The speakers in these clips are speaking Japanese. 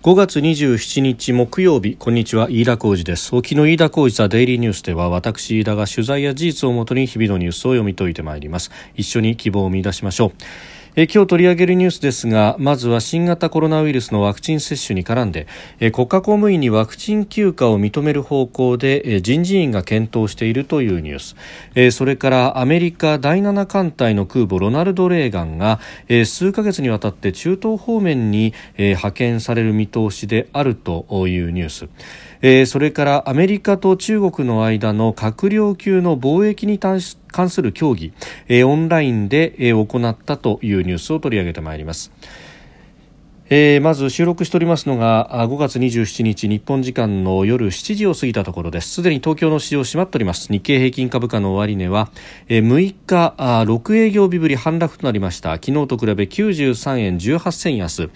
5月27日木曜日、こんにちは、飯田浩司です。沖の飯田浩司ザデイリーニュースでは、私飯田が取材や事実をもとに日々のニュースを読み解いてまいります。一緒に希望を見出しましょう。今日取り上げるニュースですが、まずは新型コロナウイルスのワクチン接種に絡んで、国家公務員にワクチン休暇を認める方向で人事院が検討しているというニュース、それからアメリカ第7艦隊の空母ロナルド・レーガンが数ヶ月にわたって中東方面に派遣される見通しであるというニュース、それからアメリカと中国の間の閣僚級の貿易に関する協議、オンラインで行ったというニュースを取り上げてまいります。まず収録しておりますのが5月27日日本時間の夜7時を過ぎたところです。すでに東京の市場閉まっております。日経平均株価の終値は6日6営業日ぶり反落となりました。昨日と比べ93円18銭安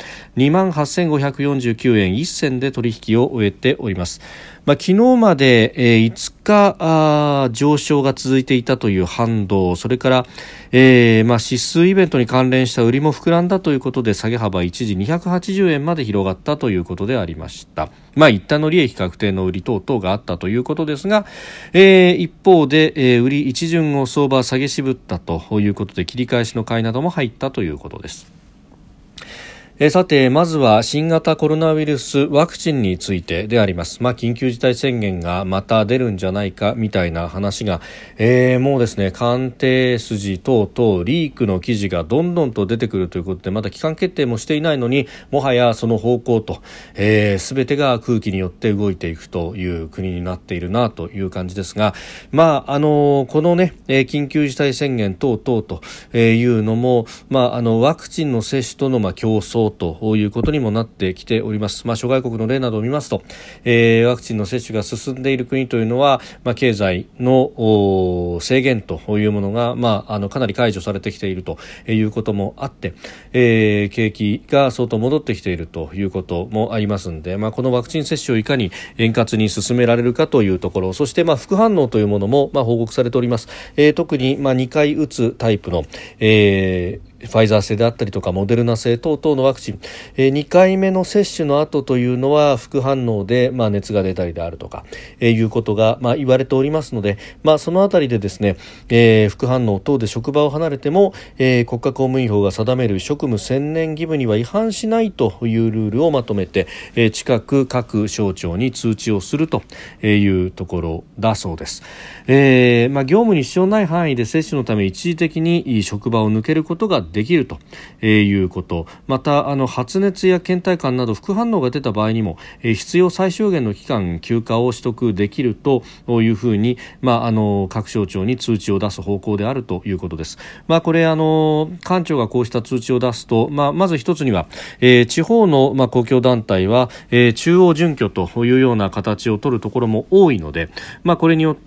28,549 円1銭で取引を終えております。昨日まで5日上昇が続いていたという反動、それから、指数イベントに関連した売りも膨らんだということで下げ幅一時280円まで広がったということでありました。一旦の利益確定の売り等々があったということですが、一方で、売り一巡を相場下げ渋ったということで切り返しの買いなども入ったということです。さて、まずは新型コロナウイルスワクチンについてであります。緊急事態宣言がまた出るんじゃないかみたいな話が、もうですね、官邸筋等々リークの記事がどんどんと出てくるということで、まだ期間決定もしていないのに、もはやその方向と、全てが空気によって動いていくという国になっているなという感じですが、このね、緊急事態宣言等々というのも、ワクチンの接種との競争ということにもなってきております。諸外国の例などを見ますと、ワクチンの接種が進んでいる国というのは、経済の制限というものが、かなり解除されてきているということもあって、景気が相当戻ってきているということもありますので、このワクチン接種をいかに円滑に進められるかというところ、そして副反応というものも報告されております。特に2回打つタイプの、ファイザー製であったりとかモデルナ製等々のワクチン、2回目の接種の後というのは副反応で、熱が出たりであるとか、いうことが、言われておりますので、そのあたりでですね、副反応等で職場を離れても、国家公務員法が定める職務専念義務には違反しないというルールをまとめて、近く各省庁に通知をするというところだそうです。業務に支障ない範囲で接種のため一時的に職場を抜けることができるということ、また発熱や倦怠感など副反応が出た場合にも必要最小限の期間休暇を取得できるというふうに、各省庁に通知を出す方向であるということです。これ官庁がこうした通知を出すと、まず一つには、地方の、公共団体は、中央準拠というような形を取るところも多いので、これによって、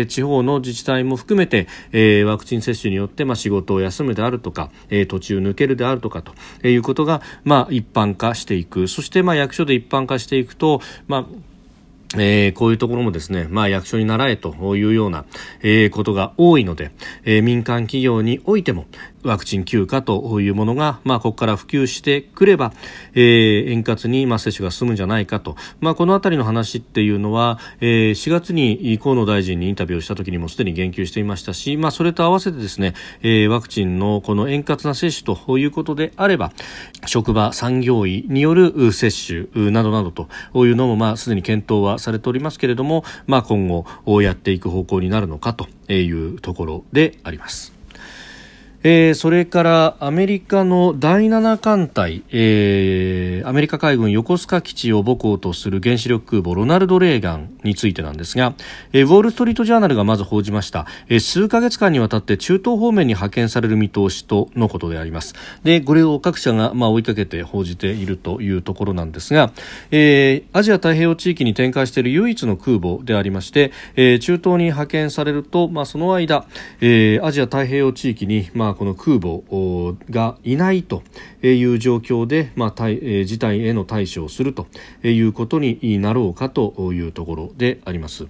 地方の自治体も含めて、ワクチン接種によって、仕事を休むであるとか、途中抜けるであるとかということが、一般化していく。そして、役所で一般化していくと、こういうところもですね、役所に習えというような、ことが多いので、民間企業においてもワクチン休暇というものが、ここから普及してくれば、円滑に、接種が進むんじゃないかと、このあたりの話っていうのは、4月に河野大臣にインタビューをした時にもすでに言及していましたし、それと合わせてですね、ワクチンのこの円滑な接種ということであれば、職場産業医による接種などなどというのも、すでに検討はされておりますけれども、今後やっていく方向になるのかというところであります。それからアメリカの第7艦隊、アメリカ海軍横須賀基地を母港とする原子力空母ロナルド・レーガンについてなんですが、ウォール・ストリート・ジャーナルがまず報じました。数ヶ月間にわたって中東方面に派遣される見通しとのことであります。で、これを各社が追いかけて報じているというところなんですが、アジア太平洋地域に展開している唯一の空母でありまして、中東に派遣されると、その間、アジア太平洋地域に、この空母がいないという状況で、事態への対処をするということになろうかというところであります。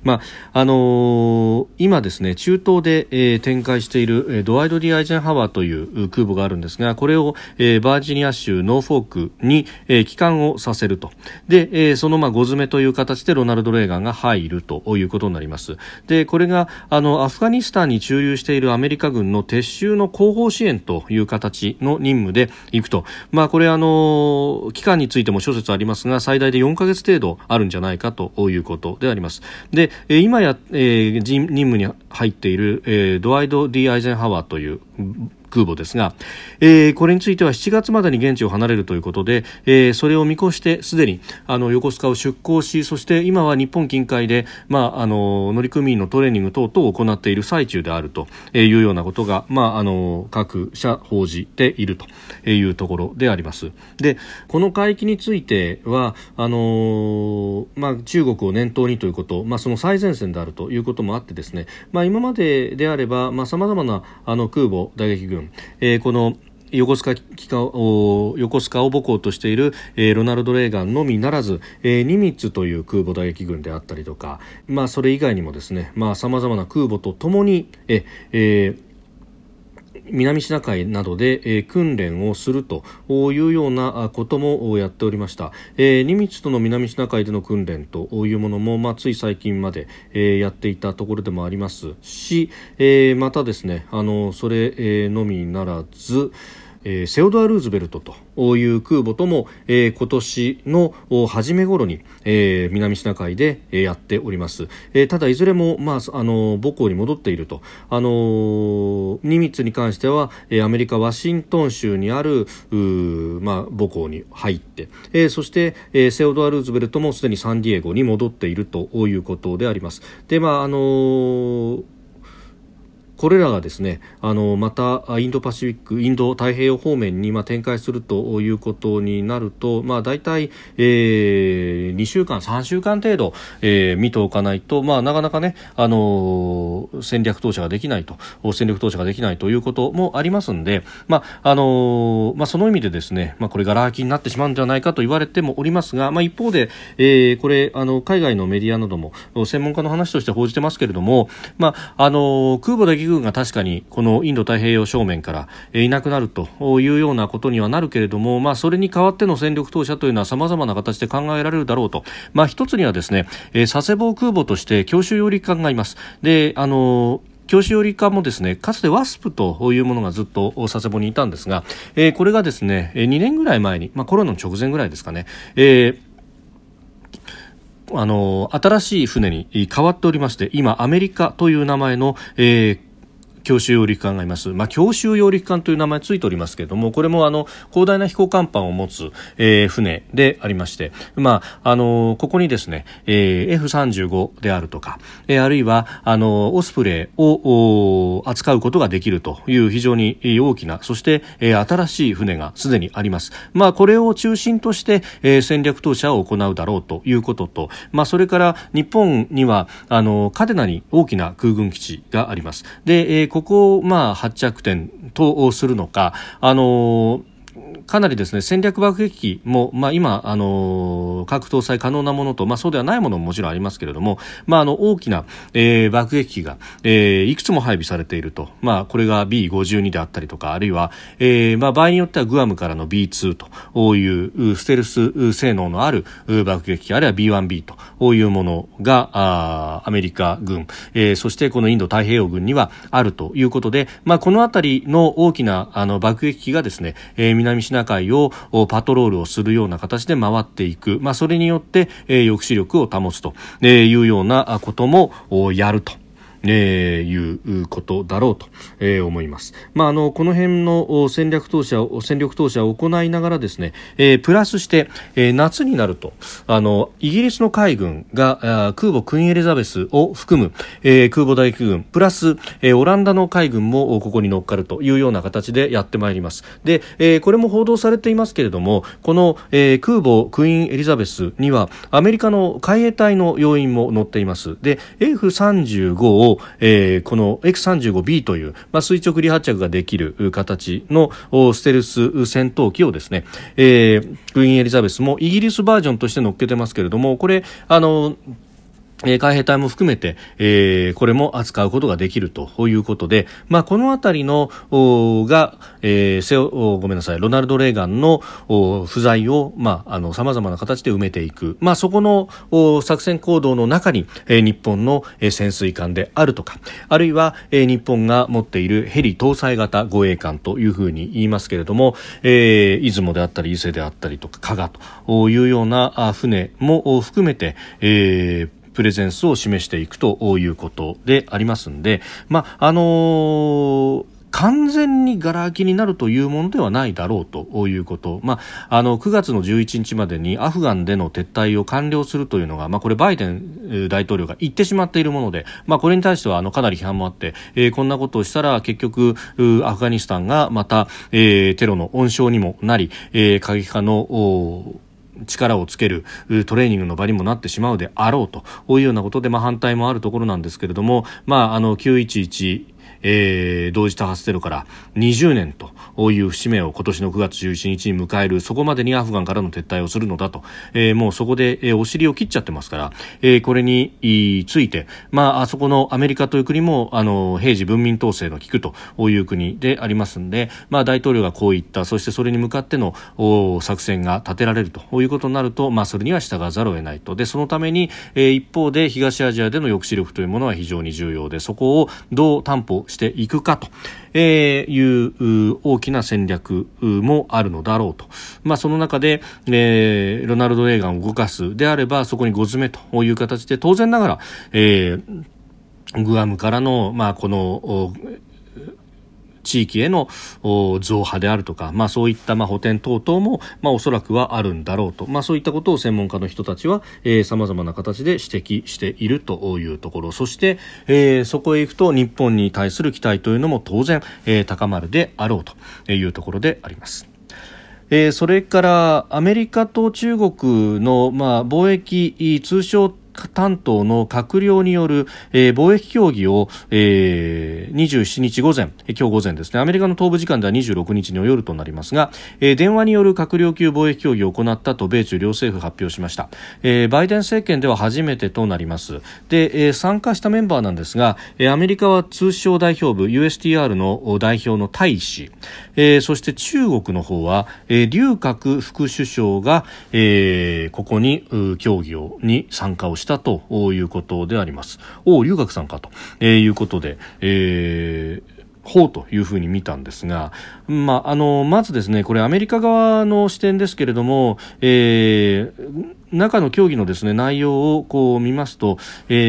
今ですね、中東で、展開している、ドワイド・ディ・アイゼンハワーという空母があるんですが、これを、バージニア州ノーフォークに、帰還をさせると。で、その5詰めという形でロナルド・レーガンが入るということになります。で、これがアフガニスタンに駐留しているアメリカ軍の撤収の後方支援という形の任務でいくと。これ期間についても諸説ありますが、最大で4ヶ月程度あるんじゃないかということであります。で、今任務に入っている、ドワイド・ディ・アイゼンハワーという空母ですが、これについては7月までに現地を離れるということで、それを見越してすでに横須賀を出港し、そして今は日本近海で、乗組員のトレーニング等々を行っている最中であるというようなことが、各社報じているというところであります。で、この海域については中国を念頭にということ、その最前線であるということもあってですね、今までであれば様々な空母打撃軍、この横須賀を母港としている、ロナルド・レーガンのみならず、ニミッツという空母打撃軍であったりとか、それ以外にもですね、様々な空母とともに南シナ海などで、訓練をするというようなこともやっておりました。ニミッツとの南シナ海での訓練というものも、つい最近まで、やっていたところでもありますし、またですね、それ、のみならず、セオドア・ルーズベルトという空母とも、今年の初め頃に、南シナ海で、やっております。ただいずれも、母港に戻っていると。ニミッツに関しては、アメリカワシントン州にある母港に入って、そして、セオドア・ルーズベルトもすでにサンディエゴに戻っているということであります。で、これらがですね、またインドパシフィック、インド太平洋方面に展開するということになると、だいたい2週間、3週間程度、見ておかないと、なかなかね、戦略投射ができないということもありますんで、その意味でですね、これがラーキーになってしまうんではないかと言われてもおりますが、一方で、これ海外のメディアなども専門家の話として報じてますけれども、空母打撃軍が確かにこのインド太平洋正面からいなくなるというようなことにはなるけれども、それに代わっての戦力投射というのは様々な形で考えられるだろうと。一つにはですね、佐世保空母として強襲揚陸艦がいます。で、強襲揚陸艦もですね、かつてワスプというものがずっと佐世保にいたんですが、これがですね、2年ぐらい前に、コロナの直前ぐらいですかね、新しい船に変わっておりまして、今アメリカという名前の、強襲揚陸艦がいます。強襲揚陸艦という名前ついておりますけれども、これも広大な飛行甲板を持つ、船でありまして、ここにですね、F35 であるとか、あるいはオスプレイを扱うことができるという非常に大きな、そして新しい船がすでにあります。これを中心として、戦略投射を行うだろうということと、それから日本には嘉手納に大きな空軍基地があります。で、ここを発着点とするのか、かなりですね、戦略爆撃機も、今、核搭載可能なものと、そうではないものももちろんありますけれども、大きな、爆撃機が、いくつも配備されていると。これが B52 であったりとか、あるいは、場合によってはグアムからの B2 というステルス性能のある爆撃機、あるいは B1B というものが、アメリカ軍、そしてこのインド太平洋軍にはあるということで、このあたりの大きな爆撃機がですね、南シナ海をパトロールをするような形で回っていく、それによって、抑止力を保つというようなこともやるということだろうと、思います。この辺の戦力投射を行いながらですね、プラスして、夏になるとイギリスの海軍が空母クイーンエリザベスを含む、空母打撃軍プラス、オランダの海軍もここに乗っかるというような形でやってまいります。で、これも報道されていますけれども、この、空母クイーンエリザベスにはアメリカの海兵隊の要員も乗っています。で、F35 をこの X35B という、垂直離発着ができる形のステルス戦闘機をですね、クイーンエリザベスもイギリスバージョンとして乗っけてますけれども、これ海兵隊も含めて、これも扱うことができるということで、このあたりのが、ごめんなさい、ロナルド・レーガンの不在を、様々な形で埋めていく、そこの作戦行動の中に、日本の潜水艦であるとか、あるいは、日本が持っているヘリ搭載型護衛艦というふうに言いますけれども、出雲であったり伊勢であったりとか加賀というような船も含めて、プレゼンスを示していくということでありますんで、完全にガラ空きになるというものではないだろうということ、9月の11日までにアフガンでの撤退を完了するというのが、これバイデン大統領が言ってしまっているもので、これに対してはかなり批判もあって、こんなことをしたら結局アフガニスタンがまた、テロの温床にもなり、過激派の力をつけるトレーニングの場にもなってしまうであろうというようなことで、反対もあるところなんですけれども、911同時多発テロから20年という節目を今年の9月11日に迎える。そこまでにアフガンからの撤退をするのだと、もうそこで、お尻を切っちゃってますから、これについて、あそこのアメリカという国も平時文民統制の効くという国でありますので、大統領がこう言った、そしてそれに向かっての作戦が立てられるということになると、それには従わざるを得ないと。でそのために、一方で東アジアでの抑止力というものは非常に重要で、そこをどう担保していくかという大きな戦略もあるのだろうと。その中で、ロナルド・レーガンを動かすであれば、そこに5詰めという形で、当然ながら、グアムからの、この地域への増派であるとか、そういった補填等々も、おそらくはあるんだろうと、そういったことを専門家の人たちは様々な形で指摘しているというところ。そして、そこへ行くと日本に対する期待というのも当然、高まるであろうというところであります。それからアメリカと中国の、貿易通商担当の閣僚による、貿易協議を、27日午前、今日午前ですね、アメリカの東部時間では26日の夜となりますが、電話による閣僚級貿易協議を行ったと米中両政府発表しました。バイデン政権では初めてとなります。で、参加したメンバーなんですが、アメリカは通商代表部 USTR の代表のタイ氏、そして中国の方は、劉鶴副首相が、ここに協議に参加をしたということであります。劉鶴さんかということで、ほうというふうに見たんですが、まずですね、これアメリカ側の視点ですけれども、中の協議のですね、内容をこう見ますと、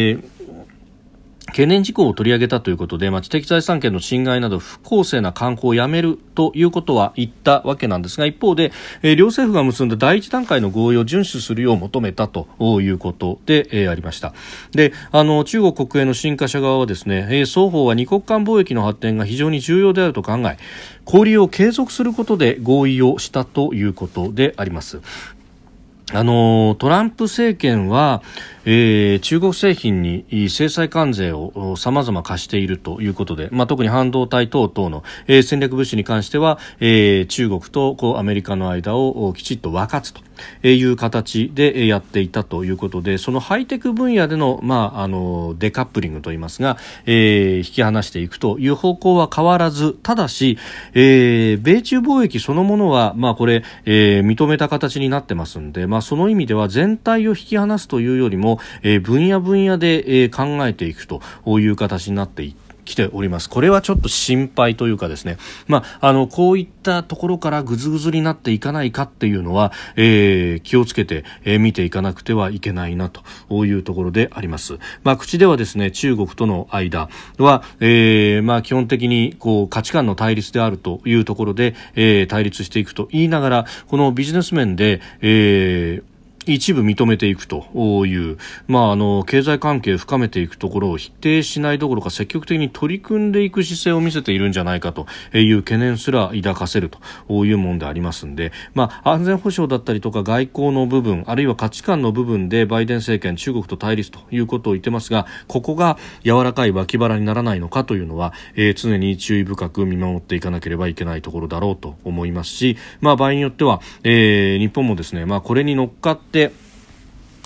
懸念事項を取り上げたということで、知的財産権の侵害など不公正な慣行をやめるということは言ったわけなんですが、一方で、両政府が結んだ第一段階の合意を遵守するよう求めたということで、ありました。で、中国国営の新華社側はですね、双方は二国間貿易の発展が非常に重要であると考え、交流を継続することで合意をしたということであります。トランプ政権は、中国製品に制裁関税を様々課しているということで、特に半導体等々の、戦略物資に関しては、中国とアメリカの間をきちっと分かつという形でやっていたということで、そのハイテク分野での、デカップリングといいますが、引き離していくという方向は変わらず、ただし、米中貿易そのものは、これ、認めた形になってますんで、その意味では全体を引き離すというよりも、分野分野で、考えていくという形になってきております。これはちょっと心配というかですね、こういったところからぐずぐずになっていかないかっていうのは、気をつけて、見ていかなくてはいけないなというところであります。口ではですね、中国との間は、基本的に価値観の対立であるというところで、対立していくと言いながら、このビジネス面で、一部認めていくという、経済関係を深めていくところを否定しないどころか積極的に取り組んでいく姿勢を見せているんじゃないかという懸念すら抱かせるというものでありますので、安全保障だったりとか外交の部分、あるいは価値観の部分でバイデン政権中国と対立ということを言ってますが、ここが柔らかい脇腹にならないのかというのは、常に注意深く見守っていかなければいけないところだろうと思いますし、場合によっては、日本もですね、これに乗っかって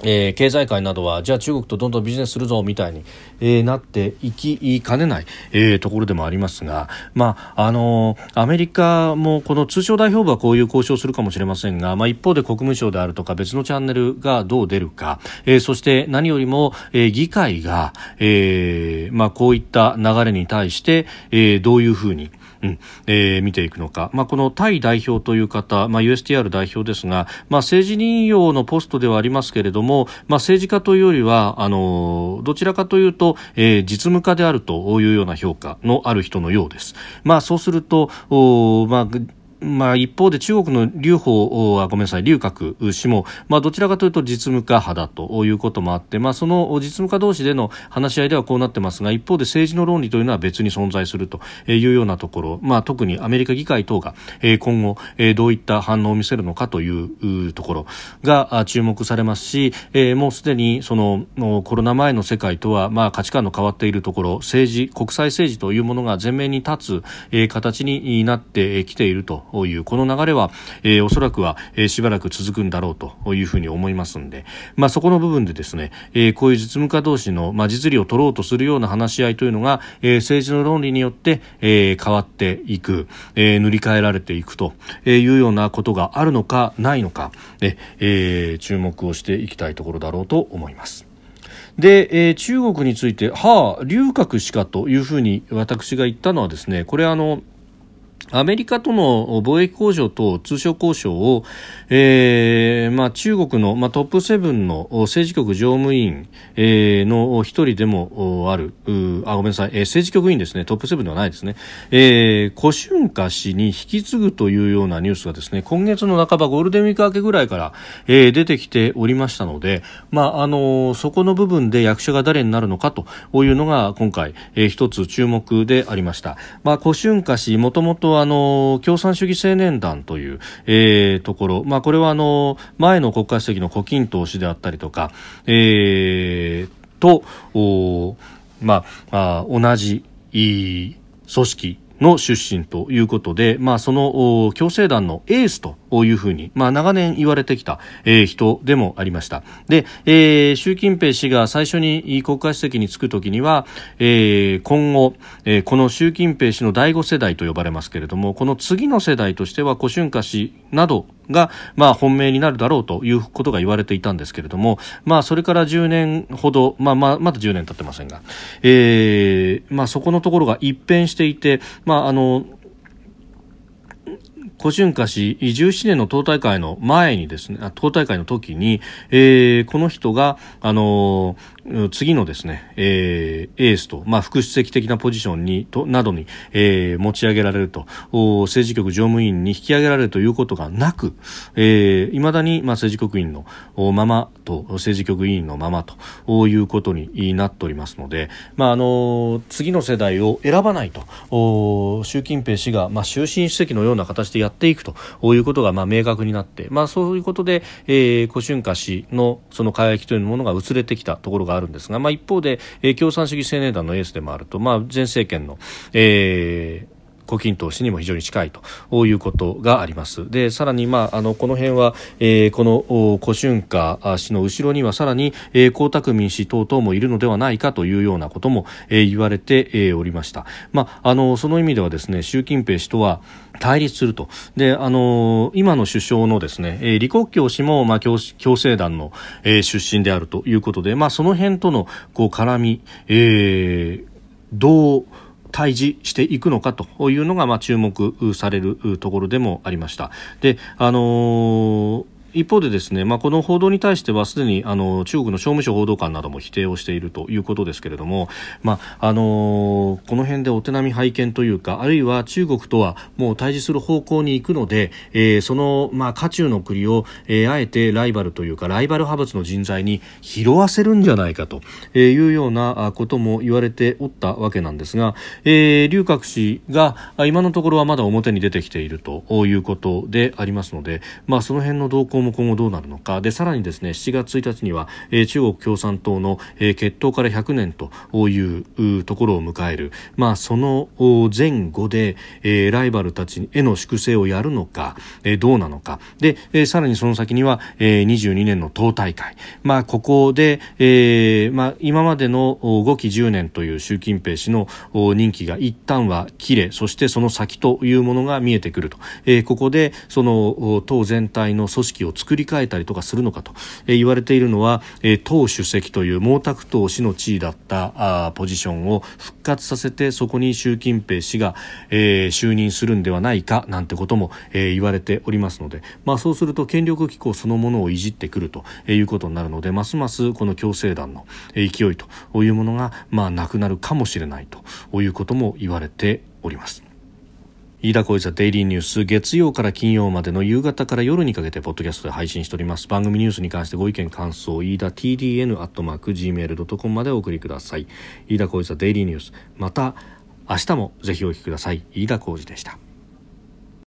経済界などはじゃあ中国とどんどんビジネスするぞみたいに、なっていきかねない、ところでもありますが、アメリカもこの通商代表部はこういう交渉をするかもしれませんが、一方で国務省であるとか別のチャンネルがどう出るか、そして何よりも、議会が、こういった流れに対して、どういうふうに見ていくのか、このタイ代表という方、USTR 代表ですが、政治任用のポストではありますけれども、政治家というよりはどちらかというと、実務家であるというような評価のある人のようです。そうすると一方で中国の劉鶴氏も、どちらかというと実務家派だということもあって、その実務家同士での話し合いではこうなってますが、一方で政治の論理というのは別に存在するというようなところ、特にアメリカ議会等が、今後、どういった反応を見せるのかというところが注目されますし、もうすでにそのコロナ前の世界とは価値観の変わっているところ、国際政治というものが前面に立つ、形になってきているというこの流れは、おそらくは、しばらく続くんだろうというふうに思いますので、そこの部分でですね、こういう実務家同士の、実利を取ろうとするような話し合いというのが、政治の論理によって、変わっていく、塗り替えられていくというようなことがあるのかないのか、注目をしていきたいところだろうと思います。で、中国について劉鶴氏かというふうに私が言ったのはですね、これアメリカとの貿易交渉と通商交渉を、中国の、トップ7の政治局常務委員、の一人でもある政治局委員ですね、トップ7ではないですね、胡春華氏に引き継ぐというようなニュースがですね、今月の半ばゴールデンウィーク明けぐらいから、出てきておりましたので、そこの部分で役者が誰になるのかというのが今回、一つ注目でありました。胡春華氏、もともと共産主義青年団という、ところ、これは前の国家主席の胡錦涛氏であったりとか、同じ組織の出身ということで、その共青団のエースというふうに、長年言われてきた、人でもありました。で、習近平氏が最初に国家主席に就くときには、今後、この習近平氏の第5世代と呼ばれますけれども、この次の世代としては胡春華氏などが、本命になるだろうということが言われていたんですけれども、それから10年ほど、まだ10年経ってませんが、そこのところが一変していて、胡春華氏17年の党大会の前にですね、党大会の時に、この人が次のですね、エースと、副主席的なポジションなどに、持ち上げられると、政治局常務委員に引き上げられるということがなく、未だに、政治局委員のままと政治局委員のままということになっておりますので、次の世代を選ばないと習近平氏が、終身主席のような形でやっていくということが、明確になって、そういうことで、胡春華氏のその輝きというものが薄れてきたところがあるんですが、一方で、共産主義青年団のエースでもあると、前政権の、胡錦涛氏にも非常に近いということがあります。で、さらに、この辺は、この胡春華氏の後ろにはさらに、江沢民氏等々もいるのではないかというようなことも、言われて、おりました。その意味ではですね、習近平氏とは対立すると。で、今の首相のですね、李克強氏も、共青団の、出身であるということで、その辺との絡み、どう対峙していくのかというのが、注目されるところでもありました。で、一方でですね、この報道に対してはすでに中国の商務省報道官なども否定をしているということですけれども、この辺でお手並み拝見というか、あるいは中国とはもう対峙する方向に行くので、その渦中の栗を、あえてライバルというかライバル派閥の人材に拾わせるんじゃないかというようなことも言われておったわけなんですが、劉鶴氏が今のところはまだ表に出てきているということでありますので、その辺の動向も今後どうなるのかで、さらにですね7月1日には、中国共産党の、結党から100年というところを迎える、その前後で、ライバルたちへの粛清をやるのか、どうなのかで、さらにその先には、22年の党大会、ここで、今までの5期10年という習近平氏の任期が一旦は切れ、そしてその先というものが見えてくると、ここでその党全体の組織を作り変えたりとかするのかと、言われているのは、党主席という毛沢東氏の地位だったポジションを復活させて、そこに習近平氏が、就任するんではないかなんてことも、言われておりますので、そうすると権力機構そのものをいじってくるということになるので、ますますこの共青団の勢いというものが、なくなるかもしれないということも言われております。飯田浩司ザデイリーニュース、月曜から金曜までの夕方から夜にかけてポッドキャストで配信しております。番組ニュースに関してご意見感想、飯田 TDN@gmail.com までお送りください。飯田浩司ザデイリーニュース、また明日もぜひお聞きください。飯田浩司でした。